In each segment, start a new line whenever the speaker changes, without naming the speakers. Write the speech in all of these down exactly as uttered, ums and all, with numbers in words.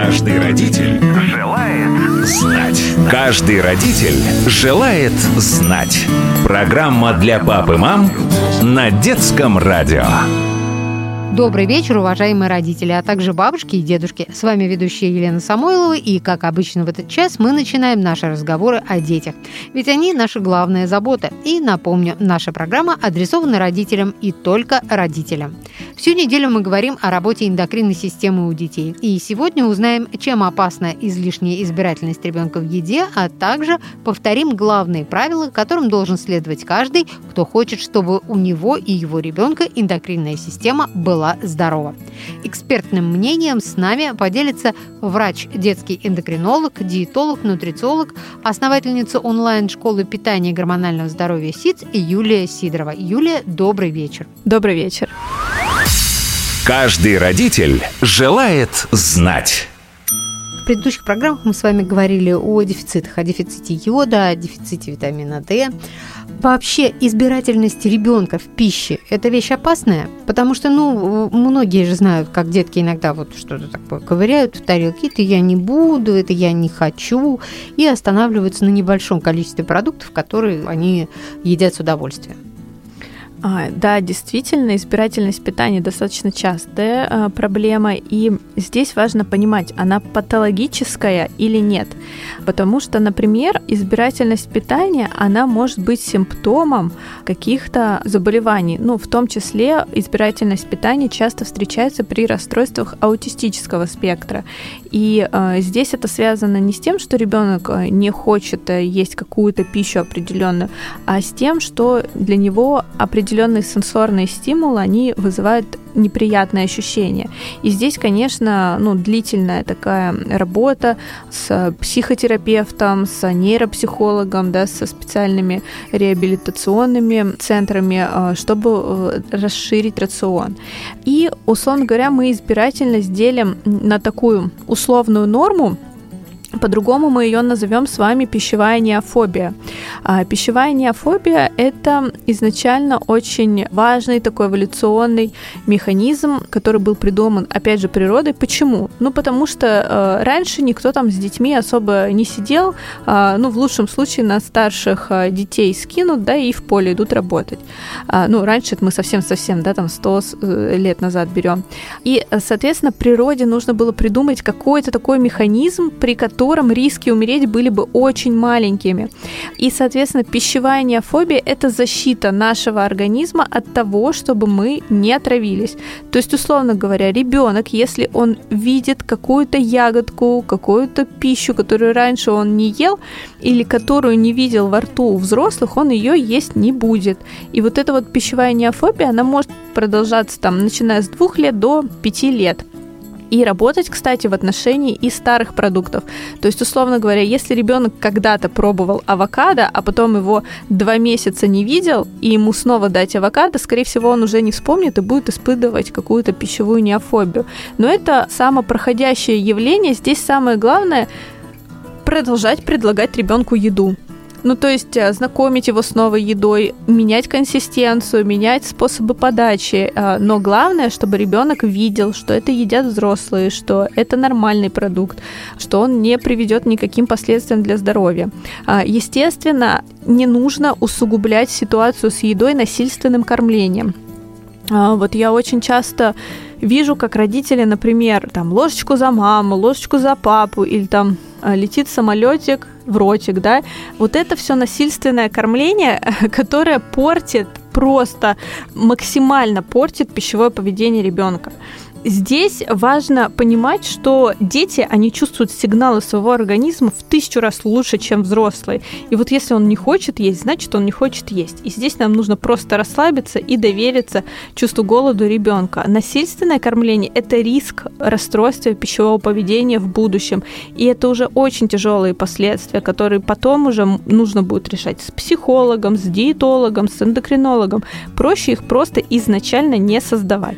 Каждый родитель желает знать. Каждый родитель желает знать. Программа для пап и мам на Детском радио.
Добрый вечер, уважаемые родители, а также бабушки и дедушки. С вами ведущая Елена Самойлова, и, как обычно в этот час, мы начинаем наши разговоры о детях. Ведь они наша главная забота. И, напомню, наша программа адресована родителям и только родителям. Всю неделю мы говорим о работе эндокринной системы у детей. И сегодня узнаем, чем опасна излишняя избирательность ребенка в еде, а также повторим главные правила, которым должен следовать каждый, кто хочет, чтобы у него и его ребенка эндокринная система была здорова. Экспертным мнением с нами поделится врач, детский эндокринолог, диетолог, нутрициолог, основательница онлайн-школы питания и гормонального здоровья СИДС Юлия Сидорова. Юлия, добрый вечер.
Добрый вечер.
Каждый родитель желает знать.
В предыдущих программах мы с вами говорили о дефицитах, о дефиците йода, о дефиците витамина D. Вообще избирательность ребенка в пище – это вещь опасная, потому что, ну, многие же знают, как детки иногда вот что-то такое ковыряют в тарелке, это я не буду, это я не хочу, и останавливаются на небольшом количестве продуктов, которые они едят с удовольствием.
А, да, действительно, избирательность питания достаточно частая а, проблема, и здесь важно понимать, она патологическая или нет. Потому что, например, избирательность питания, она может быть симптомом каких-то заболеваний. Ну, в том числе избирательность питания часто встречается при расстройствах аутистического спектра. И а, здесь это связано не с тем, что ребенок не хочет есть какую-то пищу определенную, а с тем, что для него определенные определенные сенсорные стимулы, они вызывают неприятные ощущения. И здесь, конечно, ну, длительная такая работа с психотерапевтом, с нейропсихологом, да, со специальными реабилитационными центрами, чтобы расширить рацион. И, условно говоря, мы избирательность делим на такую условную норму. По-другому мы ее назовем с вами пищевая неофобия. А пищевая неофобия – это изначально очень важный такой эволюционный механизм, который был придуман, опять же, природой. Почему? Ну, потому что э, раньше никто там с детьми особо не сидел, э, ну, в лучшем случае на старших э, детей скинут, да, и в поле идут работать. А, ну, раньше это мы совсем-совсем, да, там сто лет назад берем. И, соответственно, природе нужно было придумать какой-то такой механизм, при котором в котором риски умереть были бы очень маленькими. И, соответственно, пищевая неофобия – это защита нашего организма от того, чтобы мы не отравились. То есть, условно говоря, ребенок, если он видит какую-то ягодку, какую-то пищу, которую раньше он не ел или которую не видел во рту у взрослых, он ее есть не будет. И вот эта вот пищевая неофобия, она может продолжаться там, начиная с двух лет до пяти лет. И работать, кстати, в отношении и старых продуктов. То есть, условно говоря, если ребенок когда-то пробовал авокадо, а потом его два месяца не видел, и ему снова дать авокадо, скорее всего, он уже не вспомнит и будет испытывать какую-то пищевую неофобию. Но это самопроходящее явление. Здесь самое главное – продолжать предлагать ребенку еду. Ну, то есть знакомить его с новой едой, менять консистенцию, менять способы подачи. Но главное, чтобы ребенок видел, что это едят взрослые, что это нормальный продукт, что он не приведет никаким последствиям для здоровья. Естественно, не нужно усугублять ситуацию с едой насильственным кормлением. Вот я очень часто вижу, как родители, например, там ложечку за маму, ложечку за папу, или там летит самолетик в ротик, да, вот это все насильственное кормление, которое портит, просто максимально портит пищевое поведение ребенка. Здесь важно понимать, что дети, они чувствуют сигналы своего организма в тысячу раз лучше, чем взрослые. И вот если он не хочет есть, значит, он не хочет есть. И здесь нам нужно просто расслабиться и довериться чувству голода ребенка. Насильственное кормление – это риск расстройства пищевого поведения в будущем. И это уже очень тяжелые последствия, которые потом уже нужно будет решать с психологом, с диетологом, с эндокринологом. Проще их просто изначально не создавать.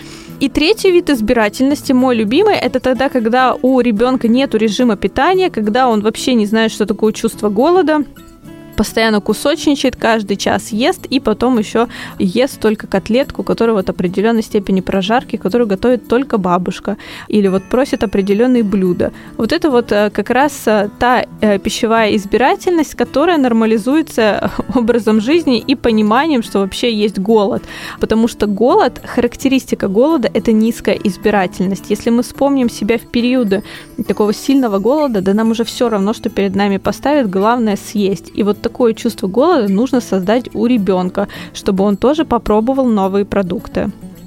И третий вид избирательности, мой любимый, это тогда, когда у ребенка нет режима питания, когда он вообще не знает, что такое чувство голода. постоянно кусочничает, каждый час ест, и потом еще ест только котлетку, которая вот определенной степени прожарки, которую готовит только бабушка, или вот просит определенные блюда. Вот это вот как раз та пищевая избирательность, которая нормализуется образом жизни и пониманием, что вообще есть голод. Потому что голод, характеристика голода – это низкая избирательность. Если мы вспомним себя в периоды такого сильного голода, да нам уже все равно, что перед нами поставят, главное съесть. И вот такое чувство голода нужно создать у ребенка, чтобы он тоже попробовал новые продукты.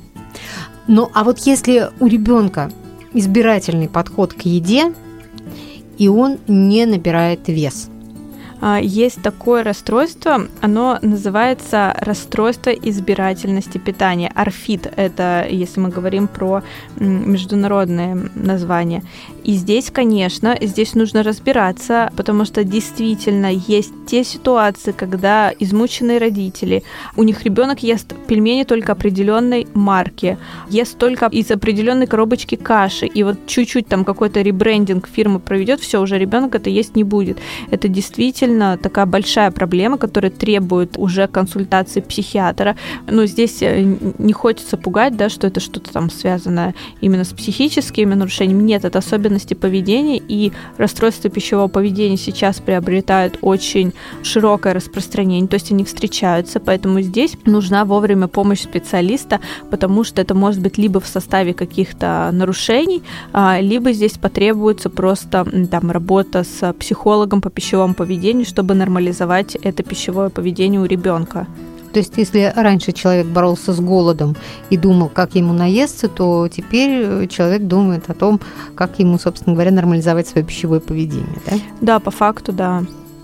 Ну, а вот если у ребенка избирательный подход к еде, и он не набирает вес?
Есть такое расстройство, оно называется расстройство избирательности питания. ОРФИД – это, если мы говорим про международное название. И здесь, конечно, здесь нужно разбираться, потому что действительно есть те ситуации, когда измученные родители, у них ребенок ест пельмени только определенной марки, ест только из определенной коробочки каши, и вот чуть-чуть там какой-то ребрендинг фирмы проведет, все, уже ребенок это есть не будет. Это действительно такая большая проблема, которая требует уже консультации психиатра. Но здесь не хочется пугать, да, что это что-то там связанное именно с психическими нарушениями. Нет, это особенности поведения, и расстройства пищевого поведения сейчас приобретают очень широкое распространение, то есть они встречаются, поэтому здесь нужна вовремя помощь специалиста, потому что это может быть либо в составе каких-то нарушений, либо здесь потребуется просто там работа с психологом по пищевому поведению, чтобы нормализовать это пищевое поведение у ребенка.
То есть, если раньше человек боролся с голодом и думал, как ему наесться, то теперь человек думает о том, как ему, собственно говоря, нормализовать свое пищевое поведение, да?
Да, по факту, да.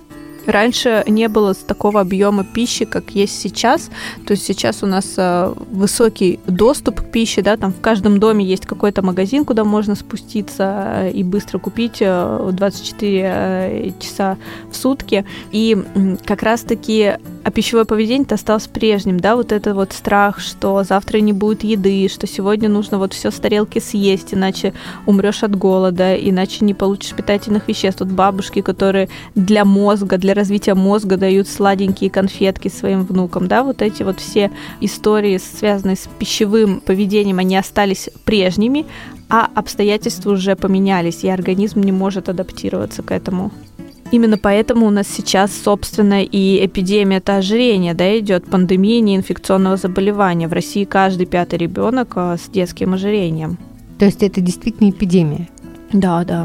Раньше не было такого объема пищи, как есть сейчас. То есть сейчас у нас высокий доступ к пище, да, там в каждом доме есть какой-то магазин, куда можно спуститься и быстро купить двадцать четыре часа в сутки. И как раз-таки а пищевое поведение-то осталось прежним, да, вот это вот страх, что завтра не будет еды, что сегодня нужно вот все с тарелки съесть, иначе умрешь от голода, иначе не получишь питательных веществ. Вот бабушки, которые для мозга, для развития мозга дают сладенькие конфетки своим внукам, да, вот эти вот все истории, связанные с пищевым поведением, они остались прежними, а обстоятельства уже поменялись, и организм не может адаптироваться к этому. Именно поэтому у нас сейчас, собственно, и эпидемия это ожирение, да, идет, пандемия неинфекционного заболевания. В России каждый пятый ребенок с детским ожирением.
То есть это действительно эпидемия?
Да, да.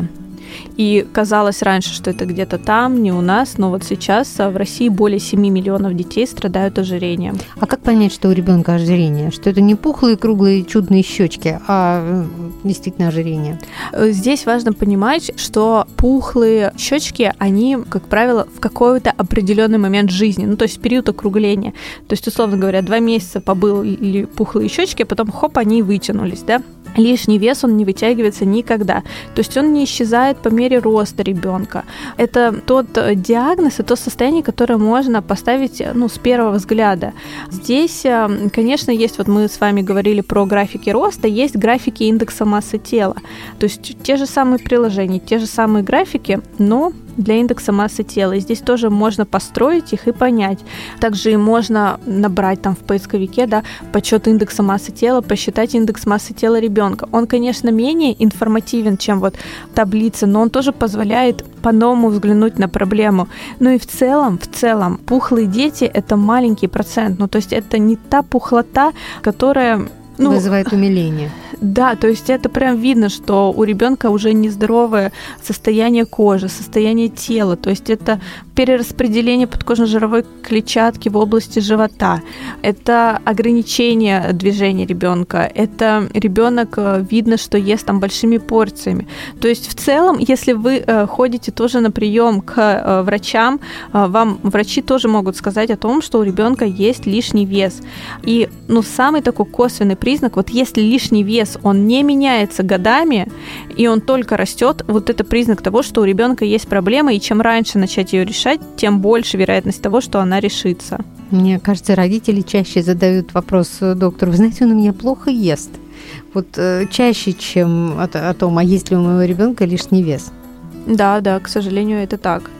И казалось раньше, что это где-то там, не у нас, но вот сейчас в России более семь миллионов детей страдают ожирением.
А как понять, что у ребенка ожирение? Что это не пухлые, круглые, чудные щечки, а действительно ожирение?
Здесь важно понимать, что пухлые щечки, они, как правило, в какой-то определенный момент жизни, ну то есть период округления. То есть, условно говоря, два месяца побыли пухлые щечки, а потом хоп, они вытянулись, да? Лишний вес, он не вытягивается никогда. То есть он не исчезает по мере роста ребенка. Это тот диагноз и то состояние, которое можно поставить, ну, с первого взгляда. Здесь, конечно, есть, вот мы с вами говорили про графики роста, есть графики индекса массы тела. То есть те же самые приложения, те же самые графики, но для индекса массы тела. И здесь тоже можно построить их и понять. Также и можно набрать там в поисковике, да, подсчет индекса массы тела, посчитать индекс массы тела ребенка. Он, конечно, менее информативен, чем вот таблица, но он тоже позволяет по-новому взглянуть на проблему. Ну и в целом, в целом, пухлые дети – это маленький процент. Ну, то есть это не та пухлота, которая...
Ну, вызывает умиление.
Да, то есть это прям видно, что у ребенка уже нездоровое состояние кожи, состояние тела, то есть это перераспределение подкожно-жировой клетчатки в области живота, это ограничение движения ребенка, это ребенок видно, что ест там большими порциями. То есть в целом, если вы ходите тоже на прием к врачам, вам врачи тоже могут сказать о том, что у ребенка есть лишний вес. И ну, самый такой косвенный признак, вот если лишний вес, он не меняется годами, и он только растет, вот это признак того, что у ребенка есть проблема, и чем раньше начать ее решать, тем больше вероятность того, что она решится.
Мне кажется, родители чаще задают вопрос доктору: вы знаете, он у меня плохо ест. Вот э, чаще, чем о, о том, а есть ли у моего ребенка лишний вес.
Да, да, к сожалению, это так.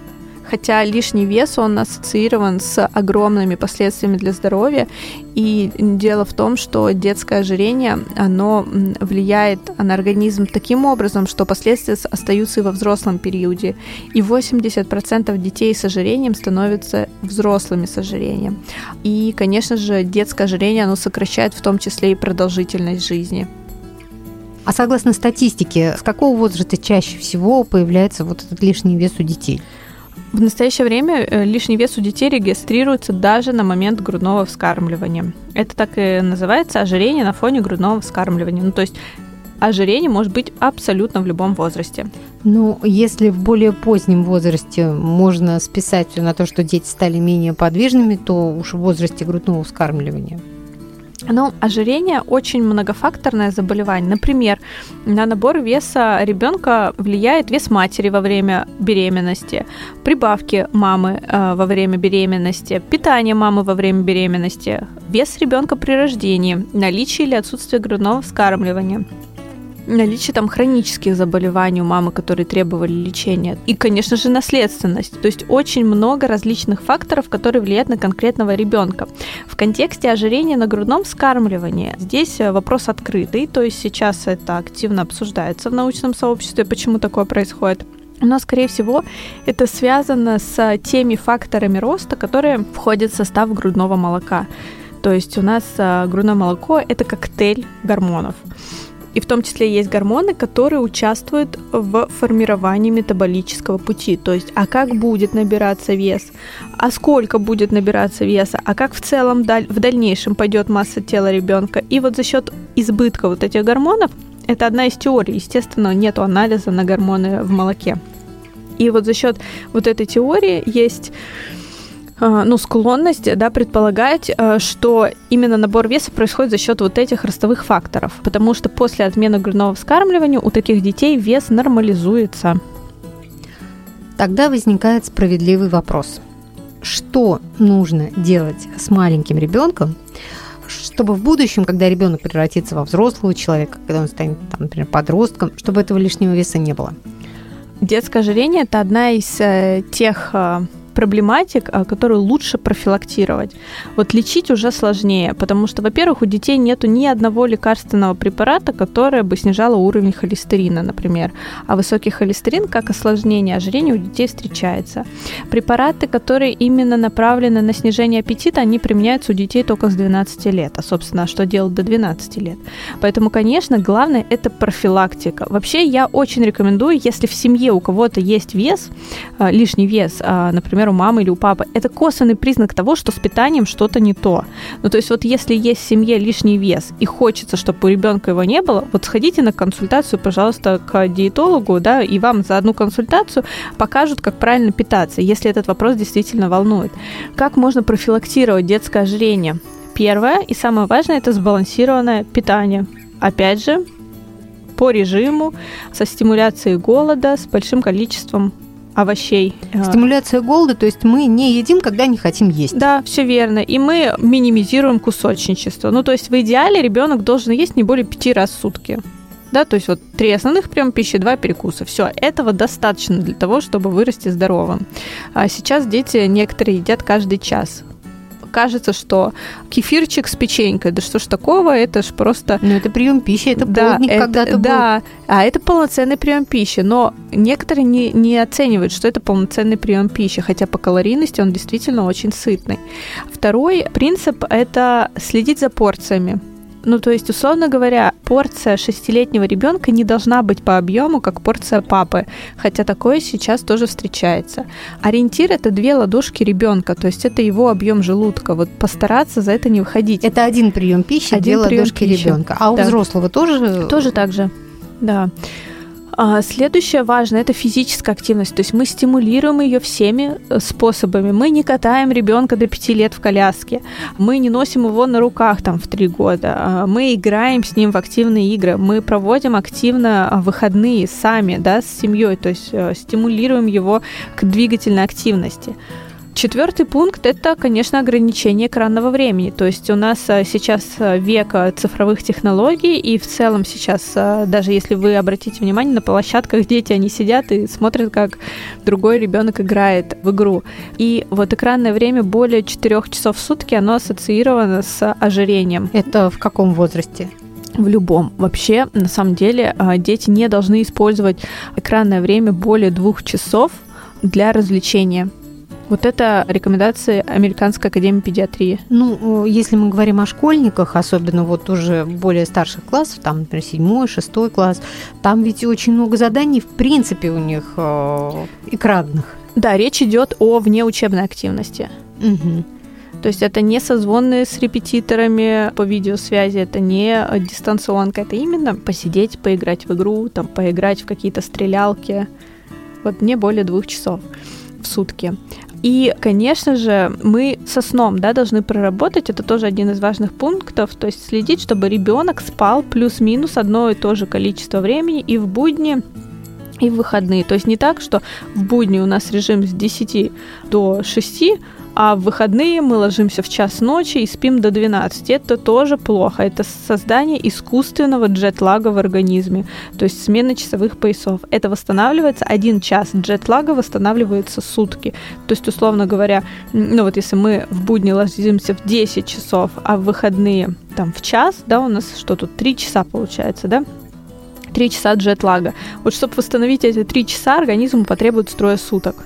Хотя лишний вес, он ассоциирован с огромными последствиями для здоровья. И дело в том, что детское ожирение, оно влияет на организм таким образом, что последствия остаются и во взрослом периоде. И восемьдесят процентов детей с ожирением становятся взрослыми с ожирением. И, конечно же, детское ожирение, оно сокращает в том числе и продолжительность жизни.
А согласно статистике, с какого возраста чаще всего появляется вот этот лишний вес у детей?
В настоящее время лишний вес у детей регистрируется даже на момент грудного вскармливания. Это так и называется ожирение на фоне грудного вскармливания. Ну, то есть ожирение может быть абсолютно в любом возрасте.
Ну, если в более позднем возрасте можно списать все на то, что дети стали менее подвижными, то уж в возрасте грудного вскармливания.
Но ожирение очень многофакторное заболевание. Например, на набор веса ребенка влияет вес матери во время беременности, прибавки мамы э, во время беременности, питание мамы во время беременности, вес ребенка при рождении, наличие или отсутствие грудного вскармливания, наличие там хронических заболеваний у мамы, которые требовали лечения, и, конечно же, наследственность. То есть очень много различных факторов, которые влияют на конкретного ребенка. В контексте ожирения на грудном вскармливании здесь вопрос открытый, то есть сейчас это активно обсуждается в научном сообществе, почему такое происходит. Но, скорее всего, это связано с теми факторами роста, которые входят в состав грудного молока. То есть у нас грудное молоко – это коктейль гормонов. И в том числе есть гормоны, которые участвуют в формировании метаболического пути. То есть, а как будет набираться вес, а сколько будет набираться веса, а как в целом в дальнейшем пойдет масса тела ребенка. И вот за счет избытка вот этих гормонов, это одна из теорий, естественно, нет анализа на гормоны в молоке. И вот за счет вот этой теории есть... ну, склонность, да, предполагать, что именно набор веса происходит за счет вот этих ростовых факторов, потому что после отмены грудного вскармливания у таких детей вес нормализуется.
Тогда возникает справедливый вопрос. Что нужно делать с маленьким ребенком, чтобы в будущем, когда ребенок превратится во взрослого человека, когда он станет, там, например, подростком, чтобы этого лишнего веса не было?
Детское ожирение – это одна из э, тех... Э, проблематик, которую лучше профилактировать. Вот лечить уже сложнее, потому что, во-первых, у детей нету ни одного лекарственного препарата, которое бы снижало уровень холестерина, например. А высокий холестерин, как осложнение ожирения, у детей встречается. Препараты, которые именно направлены на снижение аппетита, они применяются у детей только с двенадцати лет, а, собственно, что делать до двенадцати лет. Поэтому, конечно, главное – это профилактика. Вообще, я очень рекомендую, если в семье у кого-то есть вес, лишний вес, например, у мамы или у папы, это косвенный признак того, что с питанием что-то не то. Ну, то есть вот если есть в семье лишний вес и хочется, чтобы у ребенка его не было, вот сходите на консультацию, пожалуйста, к диетологу, да, и вам за одну консультацию покажут, как правильно питаться, если этот вопрос действительно волнует. Как можно профилактировать детское ожирение? Первое и самое важное – это сбалансированное питание. Опять же, по режиму, со стимуляцией голода, с большим количеством овощей.
Стимуляция голода, то есть мы не едим, когда не хотим есть.
Да, все верно. И мы минимизируем кусочничество. Ну, то есть в идеале ребенок должен есть не более пяти раз в сутки. Да, то есть вот три основных приема пищи, два перекуса. Все, этого достаточно для того, чтобы вырасти здоровым. А сейчас дети некоторые едят каждый час. Кажется, что кефирчик с печенькой, да что ж такого, это ж просто...
Ну, это прием пищи, это
да,
полдник
это,
когда-то был.
Да, а это полноценный прием пищи, но некоторые не, не оценивают, что это полноценный прием пищи, хотя по калорийности он действительно очень сытный. Второй принцип – это следить за порциями. Ну, то есть, условно говоря, порция шестилетнего ребенка не должна быть по объему, как порция папы, хотя такое сейчас тоже встречается. Ориентир – это две ладошки ребенка, то есть это его объем желудка. Вот постараться за это не выходить.
Это один прием пищи,
один
две ладошки ребенка. А у да. взрослого тоже?
Тоже так же, да. Следующее важное – это физическая активность, то есть мы стимулируем ее всеми способами. Мы не катаем ребенка до пяти лет в коляске, мы не носим его на руках там, в три года, мы играем с ним в активные игры, мы проводим активно выходные сами, да, с семьей, то есть стимулируем его к двигательной активности. Четвертый пункт – это, конечно, ограничение экранного времени. То есть у нас сейчас век цифровых технологий, и в целом сейчас, даже если вы обратите внимание, на площадках дети, они сидят и смотрят, как другой ребенок играет в игру. И вот экранное время более четырех часов в сутки, оно ассоциировано с ожирением.
Это в каком возрасте?
В любом. Вообще, на самом деле, дети не должны использовать экранное время более двух часов для развлечения. Вот это рекомендации Американской академии педиатрии.
Ну, если мы говорим о школьниках, особенно вот уже более старших классов, там, например, седьмой, шестой класс, там ведь очень много заданий, в принципе, у них э, экранных.
Да, речь идет о внеучебной активности.
Угу.
То есть это не созвоны с репетиторами по видеосвязи, это не дистанционка, это именно посидеть, поиграть в игру, там, поиграть в какие-то стрелялки. Вот не более двух часов в сутки. И, конечно же, мы со сном, да, должны проработать, это тоже один из важных пунктов, то есть следить, чтобы ребенок спал плюс-минус одно и то же количество времени и в будни, и в выходные. То есть не так, что в будни у нас режим с десяти до шести, а в выходные мы ложимся в час ночи и спим до двенадцати. Это тоже плохо. Это создание искусственного джетлага в организме, то есть смена часовых поясов. Это восстанавливается один час, джетлага восстанавливается сутки. То есть, условно говоря, ну вот если мы в будни ложимся в десять часов, а в выходные там в час, да, у нас что тут, три часа получается, да? три часа джетлага. Вот чтобы восстановить эти три часа, организму потребуется трое суток.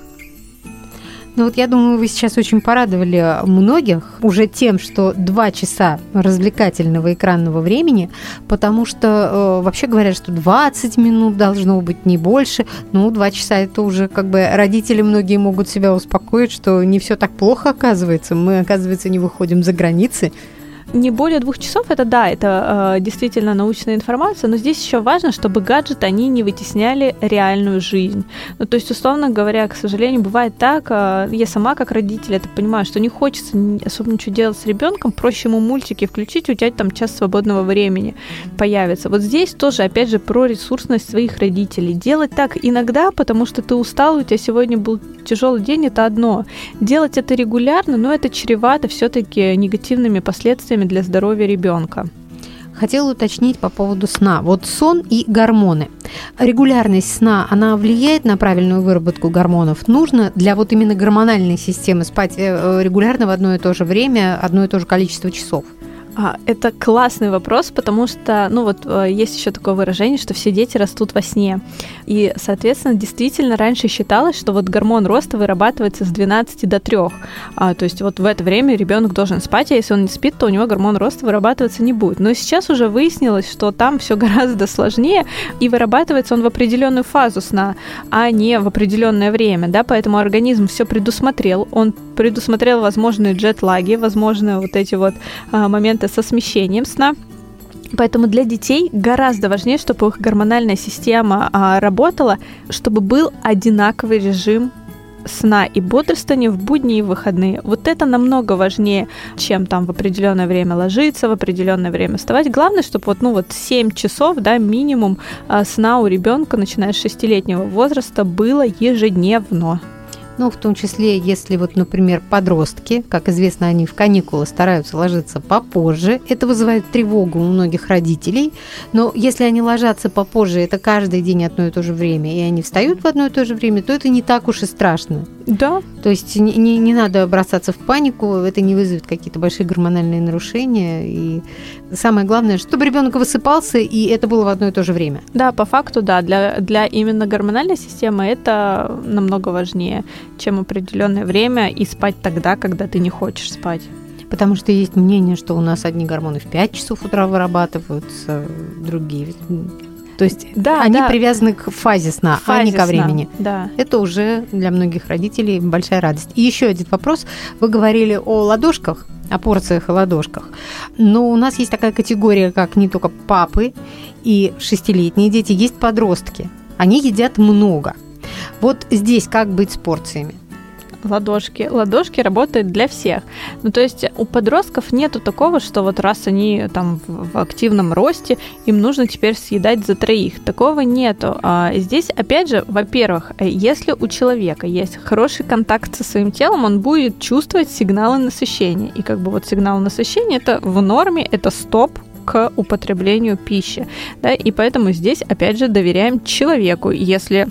Ну вот я думаю, вы сейчас очень порадовали многих уже тем, что два часа развлекательного экранного времени, потому что э, вообще говорят, что двадцать минут должно быть, не больше. Ну, два часа это уже как бы родители многие могут себя успокоить, что не все так плохо оказывается. Мы, оказывается, не выходим за границы.
Не более двух часов, это да, это э, действительно научная информация, но здесь еще важно, чтобы гаджеты, они не вытесняли реальную жизнь. Ну, то есть, условно говоря, к сожалению, бывает так, э, я сама как родитель это понимаю, что не хочется особо ничего делать с ребенком, проще ему мультики включить, у тебя там час свободного времени появится. Вот здесь тоже, опять же, про ресурсность своих родителей. Делать так иногда, потому что ты устал, у тебя сегодня был тяжелый день, это одно. Делать это регулярно, но это чревато все-таки негативными последствиями для здоровья ребенка.
Хотела уточнить по поводу сна. Вот сон и гормоны. Регулярность сна, она влияет на правильную выработку гормонов? Нужно для вот именно гормональной системы спать регулярно в одно и то же время, одно и то же количество часов?
А, это классный вопрос, потому что, ну вот, есть еще такое выражение, что все дети растут во сне. И, соответственно, действительно раньше считалось, что вот гормон роста вырабатывается с двенадцати до трёх. А, то есть вот в это время ребенок должен спать, а если он не спит, то у него гормон роста вырабатываться не будет. Но сейчас уже выяснилось, что там все гораздо сложнее, и вырабатывается он в определенную фазу сна, а не в определенное время, да, поэтому организм все предусмотрел, он предусмотрел возможные джетлаги, возможные вот эти вот а, моменты со смещением сна. Поэтому для детей гораздо важнее, чтобы их гормональная система а, работала, чтобы был одинаковый режим сна и бодрствования в будни и в выходные. Вот это намного важнее, чем там в определенное время ложиться, в определенное время вставать. Главное, чтобы вот, ну, вот семь часов, да, минимум а, сна у ребенка, начиная с шестилетнего возраста, было ежедневно.
Ну, в том числе, если вот, например, подростки, как известно, они в каникулы стараются ложиться попозже, это вызывает тревогу у многих родителей, но если они ложатся попозже, это каждый день одно и то же время, и они встают в одно и то же время, то это не так уж и страшно.
Да.
То есть не, не, не надо бросаться в панику, это не вызовет какие-то большие гормональные нарушения, и самое главное, чтобы ребенок высыпался, и это было в одно и то же время.
Да, по факту, да, для, для именно гормональной системы это намного важнее, чем определенное время, и спать тогда, когда ты не хочешь спать.
Потому что есть мнение, что у нас одни гормоны в пять часов утра вырабатываются, другие. То есть да, они да. привязаны к фазе сна, фазе а не ко времени.
Сна, да.
Это уже для многих родителей большая радость. И еще один вопрос. Вы говорили о ладошках, о порциях и ладошках. Но у нас есть такая категория, как не только папы и шестилетние дети, есть подростки. Они едят много. Вот здесь как быть с порциями?
ладошки. Ладошки работают для всех. Ну, то есть у подростков нету такого, что вот раз они там в активном росте, им нужно теперь съедать за троих. Такого нету. А здесь, опять же, во-первых, если у человека есть хороший контакт со своим телом, он будет чувствовать сигналы насыщения. И как бы вот сигнал насыщения – это в норме, это стоп к употреблению пищи. Да? И поэтому здесь, опять же, доверяем человеку. Если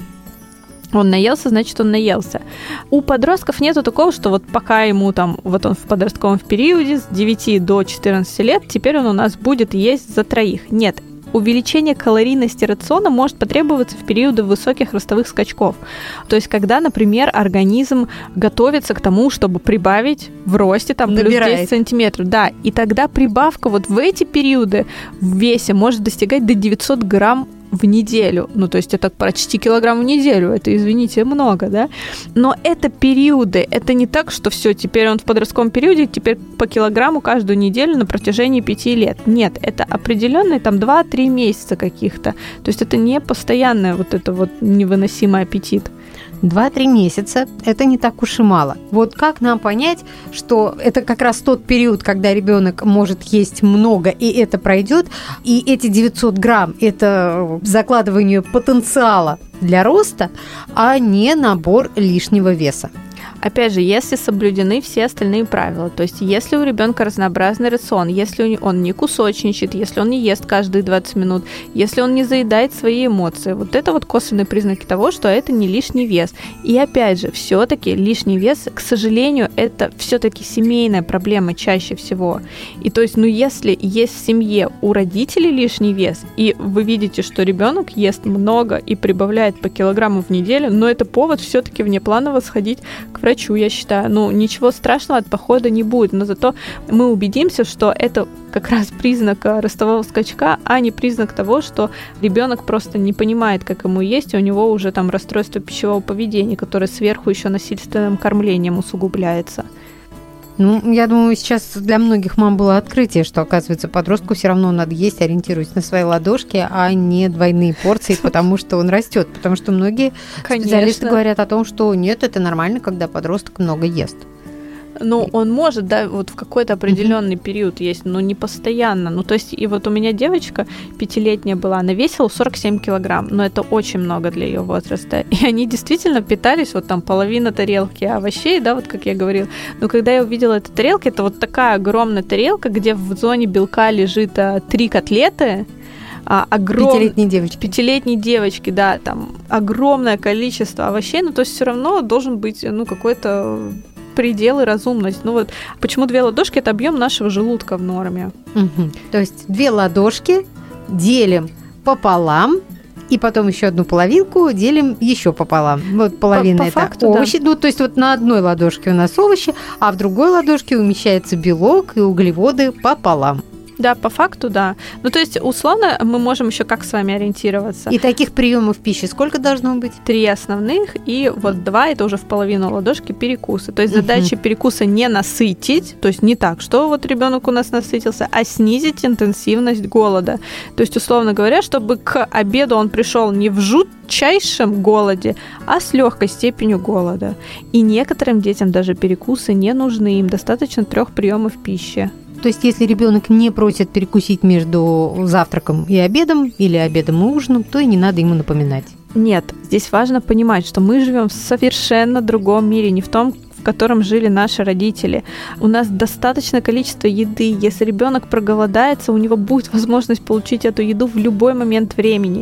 он наелся, значит, он наелся. У подростков нету такого, что вот пока ему там, вот он в подростковом периоде с девяти до четырнадцати лет, теперь он у нас будет есть за троих. Нет. Увеличение калорийности рациона может потребоваться в периоды высоких ростовых скачков. То есть, когда, например, организм готовится к тому, чтобы прибавить в росте там, плюс десять сантиметров. Да, и тогда прибавка вот в эти периоды в весе может достигать до девятьсот грамм в неделю. Ну, то есть это почти килограмм в неделю. Это, извините, много, да? Но это периоды. Это не так, что все, теперь он в подростковом периоде, теперь по килограмму каждую неделю на протяжении пяти лет. Нет, это определенные там два-три месяца каких-то. То есть это не постоянный вот это вот невыносимый аппетит.
Два-три месяца – это не так уж и мало. Вот как нам понять, что это как раз тот период, когда ребенок может есть много, и это пройдет, и эти девятьсот грамм – это закладывание потенциала для роста, а не набор лишнего веса.
Опять же, если соблюдены все остальные правила, то есть если у ребенка разнообразный рацион, если он не кусочничает, если он не ест каждые двадцать минут, если он не заедает свои эмоции, вот это вот косвенные признаки того, что это не лишний вес. И опять же, все-таки лишний вес, к сожалению, это все-таки семейная проблема чаще всего. И то есть, ну если есть в семье у родителей лишний вес, и вы видите, что ребенок ест много и прибавляет по килограмму в неделю, но это повод все-таки внепланово сходить к врачу, я считаю. Ну, ничего страшного от похода не будет, но зато мы убедимся, что это как раз признак ростового скачка, а не признак того, что ребенок просто не понимает, как ему есть, и у него уже там расстройство пищевого поведения, которое сверху еще насильственным кормлением усугубляется.
Ну, я думаю, сейчас для многих мам было открытие, что, оказывается, подростку все равно надо есть, ориентируясь на свои ладошки, а не двойные порции, потому что он растет. Потому что многие Конечно. специалисты говорят о том, что нет, это нормально, когда подросток много ест.
Ну, он может, да, вот в какой-то определенный mm-hmm. период есть, но не постоянно. Ну, то есть, и вот у меня девочка пятилетняя была, она весила сорок семь килограмм, но это очень много для ее возраста. И они действительно питались, вот там половина тарелки овощей, да, вот как я говорила. Но когда я увидела эту тарелку, это вот такая огромная тарелка, где в зоне белка лежит а, три котлеты, А, огром...
Пятилетней девочки.
Пятилетней девочки, да, там огромное количество овощей, но то есть все равно должен быть, ну, какой-то предел и разумность. Ну вот, почему две ладошки – это объем нашего желудка в норме.
Угу. То есть две ладошки делим пополам, и потом еще одну половинку делим еще пополам. Вот половина по, по это факту, овощи. Да. Ну, то есть вот на одной ладошке у нас овощи, а в другой ладошке умещается белок и углеводы пополам.
Да, по факту, да. Ну, то есть, условно, мы можем еще как с вами ориентироваться.
И таких приемов пищи сколько должно быть?
Три основных, и вот два, это уже в половину ладошки перекуса. То есть, задача угу. перекуса не насытить, то есть, не так, что вот ребенок у нас насытился, а снизить интенсивность голода. То есть, условно говоря, чтобы к обеду он пришел не в жутчайшем голоде, а с легкой степенью голода. И некоторым детям даже перекусы не нужны, им достаточно трех приемов пищи.
То есть, если ребенок не просит перекусить между завтраком и обедом, или обедом и ужином, то и не надо ему напоминать.
Нет, здесь важно понимать, что мы живем в совершенно другом мире, не в том, в котором жили наши родители. У нас достаточное количество еды. Если ребенок проголодается, у него будет возможность получить эту еду в любой момент времени.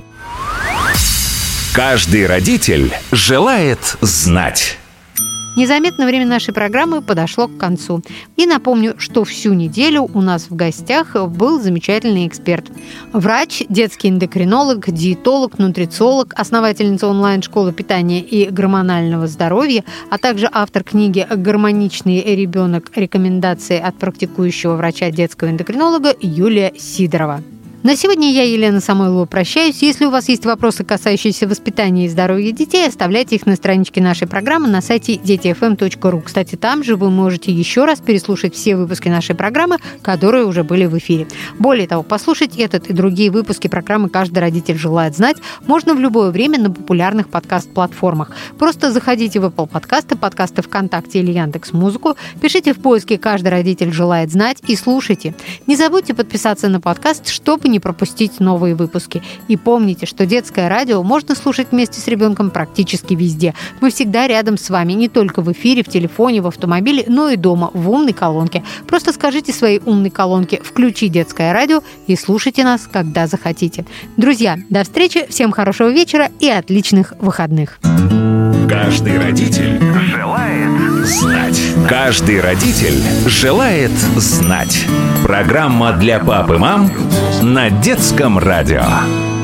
Каждый родитель желает знать.
Незаметно время нашей программы подошло к концу. И напомню, что всю неделю у нас в гостях был замечательный эксперт. Врач, детский эндокринолог, диетолог, нутрициолог, основательница онлайн-школы питания и гормонального здоровья, а также автор книги «Гармоничный ребенок. Рекомендации от практикующего врача детского эндокринолога» Юлия Сидорова. На сегодня я, Елена Самойлова, прощаюсь. Если у вас есть вопросы, касающиеся воспитания и здоровья детей, оставляйте их на страничке нашей программы на сайте дети эф эм точка ру. Кстати, там же вы можете еще раз переслушать все выпуски нашей программы, которые уже были в эфире. Более того, послушать этот и другие выпуски программы «Каждый родитель желает знать» можно в любое время на популярных подкаст-платформах. Просто заходите в Apple подкасты, подкасты ВКонтакте или Яндекс.Музыку, пишите в поиске «Каждый родитель желает знать» и слушайте. Не забудьте подписаться на подкаст, чтобы не пропустить новые выпуски. И помните, что детское радио можно слушать вместе с ребенком практически везде. Мы всегда рядом с вами, не только в эфире, в телефоне, в автомобиле, но и дома, в умной колонке. Просто скажите своей умной колонке «Включи детское радио» и слушайте нас, когда захотите. Друзья, до встречи, всем хорошего вечера и отличных выходных.
Каждый родитель желает знать. Каждый родитель желает знать. Программа для пап и мам на детском радио.